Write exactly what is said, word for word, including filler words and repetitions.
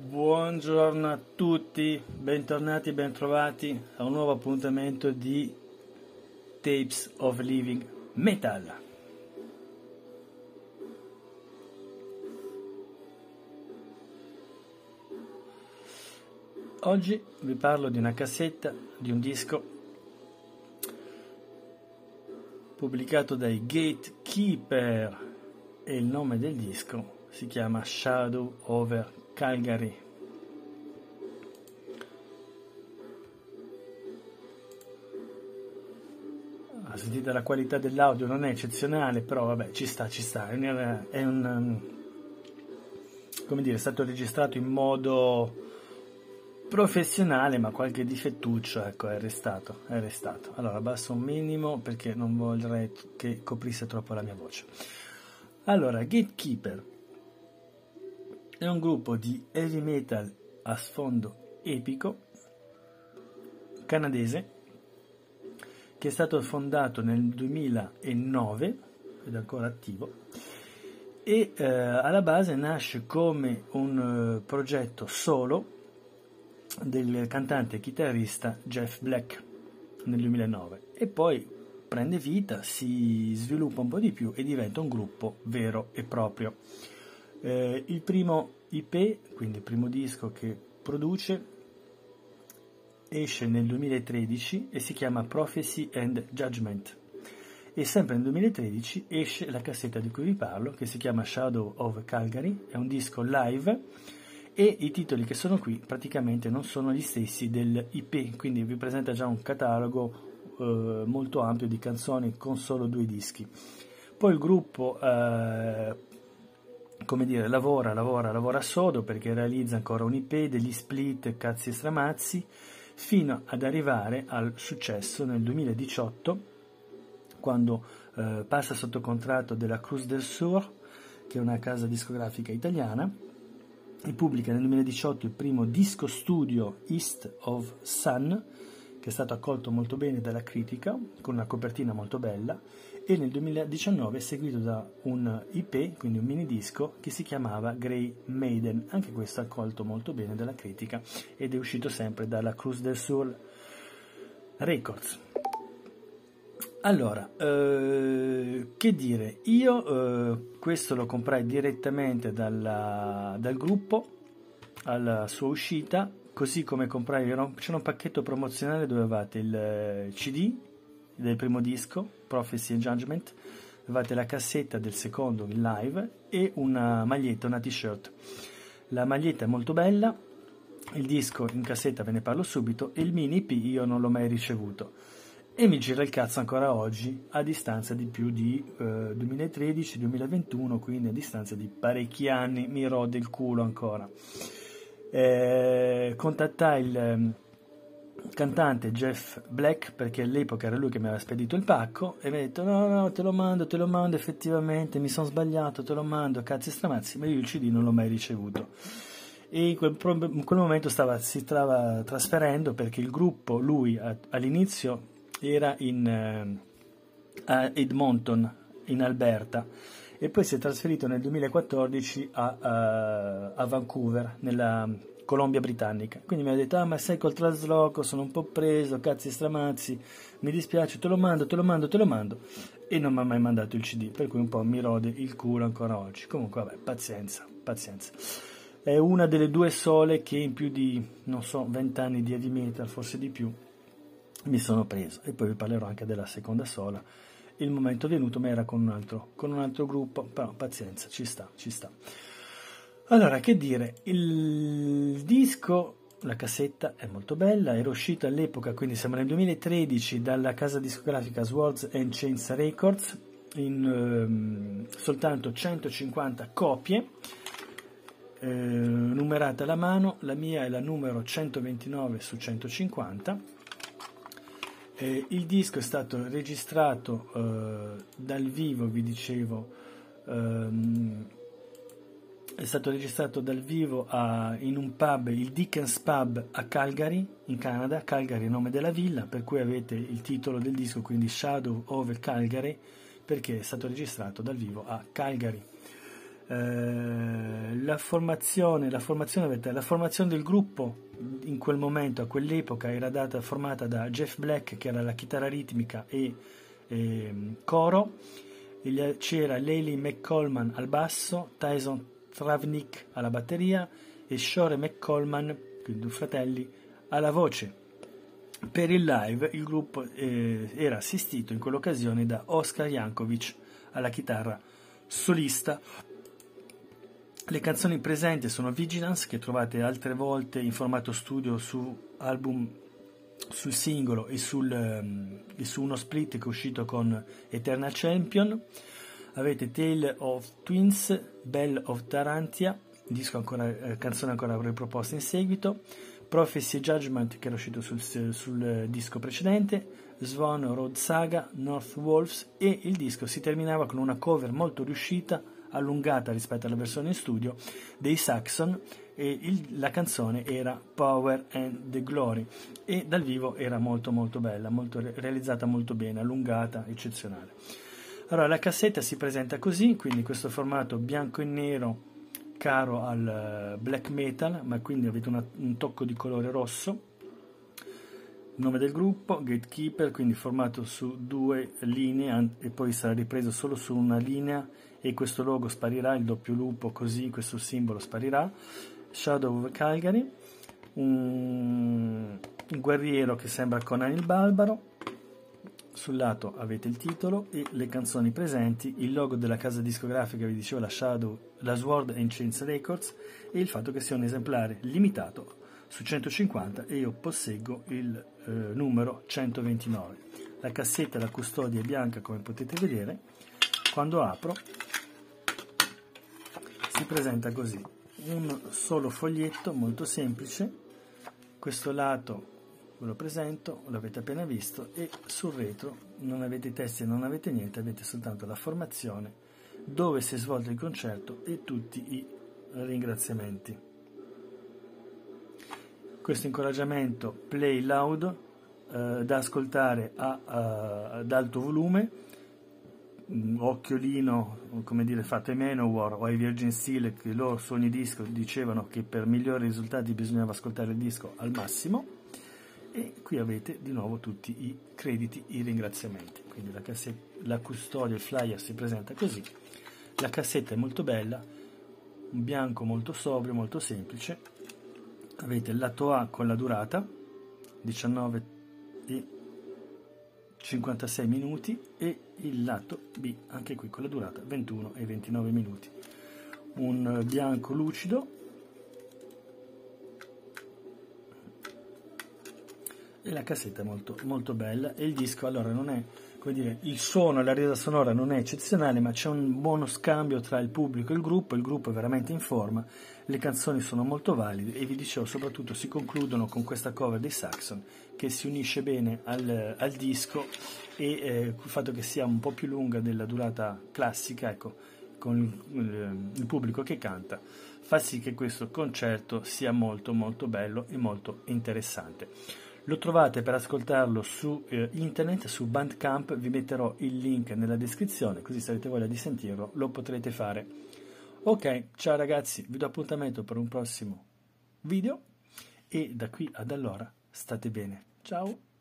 Buongiorno a tutti, bentornati e bentrovati a un nuovo appuntamento di Tapes of Living Metal. Oggi vi parlo di una cassetta, di un disco pubblicato dai Gatekeeper e il nome del disco si chiama Shadow Over Calgary. Sentite, la qualità dell'audio non è eccezionale, però vabbè, ci sta, ci sta. È un, è un come dire, è stato registrato in modo professionale, ma qualche difettuccio, ecco, è restato, è restato. Allora, abbasso un minimo perché non vorrei che coprisse troppo la mia voce. Allora, Gatekeeper è un gruppo di heavy metal a sfondo epico canadese che è stato fondato nel duemilanove ed è ancora attivo e eh, alla base nasce come un uh, progetto solo del cantante e chitarrista Jeff Black nel duemilanove e poi prende vita, si sviluppa un po' di più e diventa un gruppo vero e proprio. Eh, il primo I P, quindi il primo disco che produce, esce nel duemilatredici e si chiama Prophecy and Judgment. E sempre nel duemilatredici esce la cassetta di cui vi parlo, che si chiama Shadow of Calgary, è un disco live e i titoli che sono qui praticamente non sono gli stessi dell'I P, quindi vi presenta già un catalogo eh, molto ampio di canzoni con solo due dischi. Poi il gruppo eh, come dire, lavora, lavora, lavora sodo perché realizza ancora un I P, degli split, cazzi e stramazzi, fino ad arrivare al successo nel duemiladiciotto, quando eh, passa sotto contratto della Cruz del Sur, che è una casa discografica italiana, e pubblica nel duemiladiciotto il primo disco studio East of Sun, che è stato accolto molto bene dalla critica, con una copertina molto bella, e nel duemiladiciannove è seguito da un I P, quindi un mini disco, che si chiamava Grey Maiden, anche questo accolto molto bene dalla critica, ed è uscito sempre dalla Cruz del Sur Records. Allora, eh, che dire, io eh, questo lo comprai direttamente dalla, dal gruppo alla sua uscita, così come comprai, c'era un pacchetto promozionale dove avevate il C D del primo disco, Prophecy and Judgment, avevate la cassetta del secondo, il live, e una maglietta, una t-shirt. La maglietta è molto bella, il disco in cassetta ve ne parlo subito, e il mini I P io non l'ho mai ricevuto. E mi gira il cazzo ancora oggi, a distanza di più di eh, duemilatredici duemilaventuno, quindi a distanza di parecchi anni, mi rode il culo ancora. Eh, contattai il eh, cantante Jeff Black, perché all'epoca era lui che mi aveva spedito il pacco, e mi ha detto no no te lo mando, te lo mando effettivamente, mi sono sbagliato, te lo mando, cazzi e stramazzi, ma io il C D non l'ho mai ricevuto. E in quel, in quel momento stava, si stava trasferendo, perché il gruppo, lui a, all'inizio era in eh, a Edmonton, in Alberta, e poi si è trasferito nel duemilaquattordici a, a, a Vancouver, nella Colombia Britannica. Quindi mi ha detto ah ma sai, col trasloco sono un po' preso, cazzi e stramazzi, mi dispiace, te lo mando, te lo mando, te lo mando, e non mi ha mai mandato il C D, per cui un po' mi rode il culo ancora oggi. Comunque vabbè, pazienza, pazienza. È una delle due sole che in più di, non so, vent'anni di heavy metal, forse di più, mi sono preso. E poi vi parlerò anche della seconda sola, il momento venuto, ma era con un altro, con un altro gruppo, però pazienza, ci sta, ci sta. Allora, che dire, il disco, la cassetta è molto bella, era uscita all'epoca, quindi siamo nel duemilatredici, dalla casa discografica Swords and Chains Records, in ehm, soltanto centocinquanta copie, eh, numerate alla mano. La mia è la numero centoventinove su centocinquanta. Eh, il disco è stato registrato eh, dal vivo, vi dicevo, ehm, è stato registrato dal vivo a, in un pub, il Dickens Pub a Calgary, in Canada. Calgary è il nome della villa, per cui avete il titolo del disco, quindi Shadow Over Calgary, perché è stato registrato dal vivo a Calgary. Eh, la formazione, la formazione, la formazione del gruppo in quel momento, a quell'epoca, era data, formata da Jeff Black, che era la chitarra ritmica e, e coro, il, c'era Laylie McCollman al basso, Tyson Travnik alla batteria e Shore McCollman, quindi due fratelli, alla voce. Per il live il gruppo eh, era assistito in quell'occasione da Oscar Jankovic alla chitarra solista. Le canzoni presenti sono Vigilance, che trovate altre volte in formato studio su album, sul singolo e, sul, um, e su uno split che è uscito con Eternal Champion. Avete Tale of Twins, Bell of Tarantia, disco ancora, eh, canzone ancora riproposta in seguito, Prophecy Judgment, che era uscito sul, sul disco precedente, Swan Road Saga, North Wolves, e il disco si terminava con una cover molto riuscita, allungata rispetto alla versione in studio, dei Saxon, e il, la canzone era Power and the Glory, e dal vivo era molto molto bella, molto realizzata molto bene, allungata, eccezionale. Allora, la cassetta si presenta così, quindi questo formato bianco e nero caro al black metal, ma quindi avete una, un tocco di colore rosso. Nome del gruppo, Gatekeeper, quindi formato su due linee e poi sarà ripreso solo su una linea, e questo logo sparirà, il doppio lupo, così questo simbolo sparirà. Shadow of Calgary, un, un guerriero che sembra Conan il Barbaro. Sul lato avete il titolo e le canzoni presenti, il logo della casa discografica, vi dicevo, la Shadow, la Sword and Chains Records, e il fatto che sia un esemplare limitato su centocinquanta, e io posseggo il eh, numero centoventinove. La cassetta, la custodia è bianca, come potete vedere. Quando apro si presenta così: un solo foglietto molto semplice. Questo lato ve lo presento, l'avete appena visto, e sul retro non avete testi e non avete niente, avete soltanto la formazione, dove si è svolto il concerto e tutti i ringraziamenti. Questo incoraggiamento play loud, eh, da ascoltare a, a, ad alto volume, un occhiolino, come dire, fatto ai Manowar o ai Virgin Steel, che loro su ogni disco dicevano che per migliori risultati bisognava ascoltare il disco al massimo. E qui avete di nuovo tutti i crediti, i ringraziamenti. Quindi la, cassetta, la custodia, il flyer si presenta così. La cassetta è molto bella, un bianco molto sobrio, molto semplice. Avete il lato A con la durata diciannove e cinquantasei minuti, e il lato B anche qui con la durata ventuno e ventinove minuti. Un bianco lucido, e la cassetta è molto, molto bella, e il disco, allora, non è, come dire, il suono e la resa sonora non è eccezionale, ma c'è un buono scambio tra il pubblico e il gruppo. Il gruppo è veramente in forma, le canzoni sono molto valide, e vi dicevo, soprattutto si concludono con questa cover dei Saxon che si unisce bene al, al disco, e eh, il fatto che sia un po' più lunga della durata classica, ecco, con il, il pubblico che canta, fa sì che questo concerto sia molto molto bello e molto interessante. Lo trovate per ascoltarlo su eh, internet, su Bandcamp, vi metterò il link nella descrizione, così se avete voglia di sentirlo lo potrete fare. Ok, ciao ragazzi, vi do appuntamento per un prossimo video, e da qui ad allora state bene. Ciao!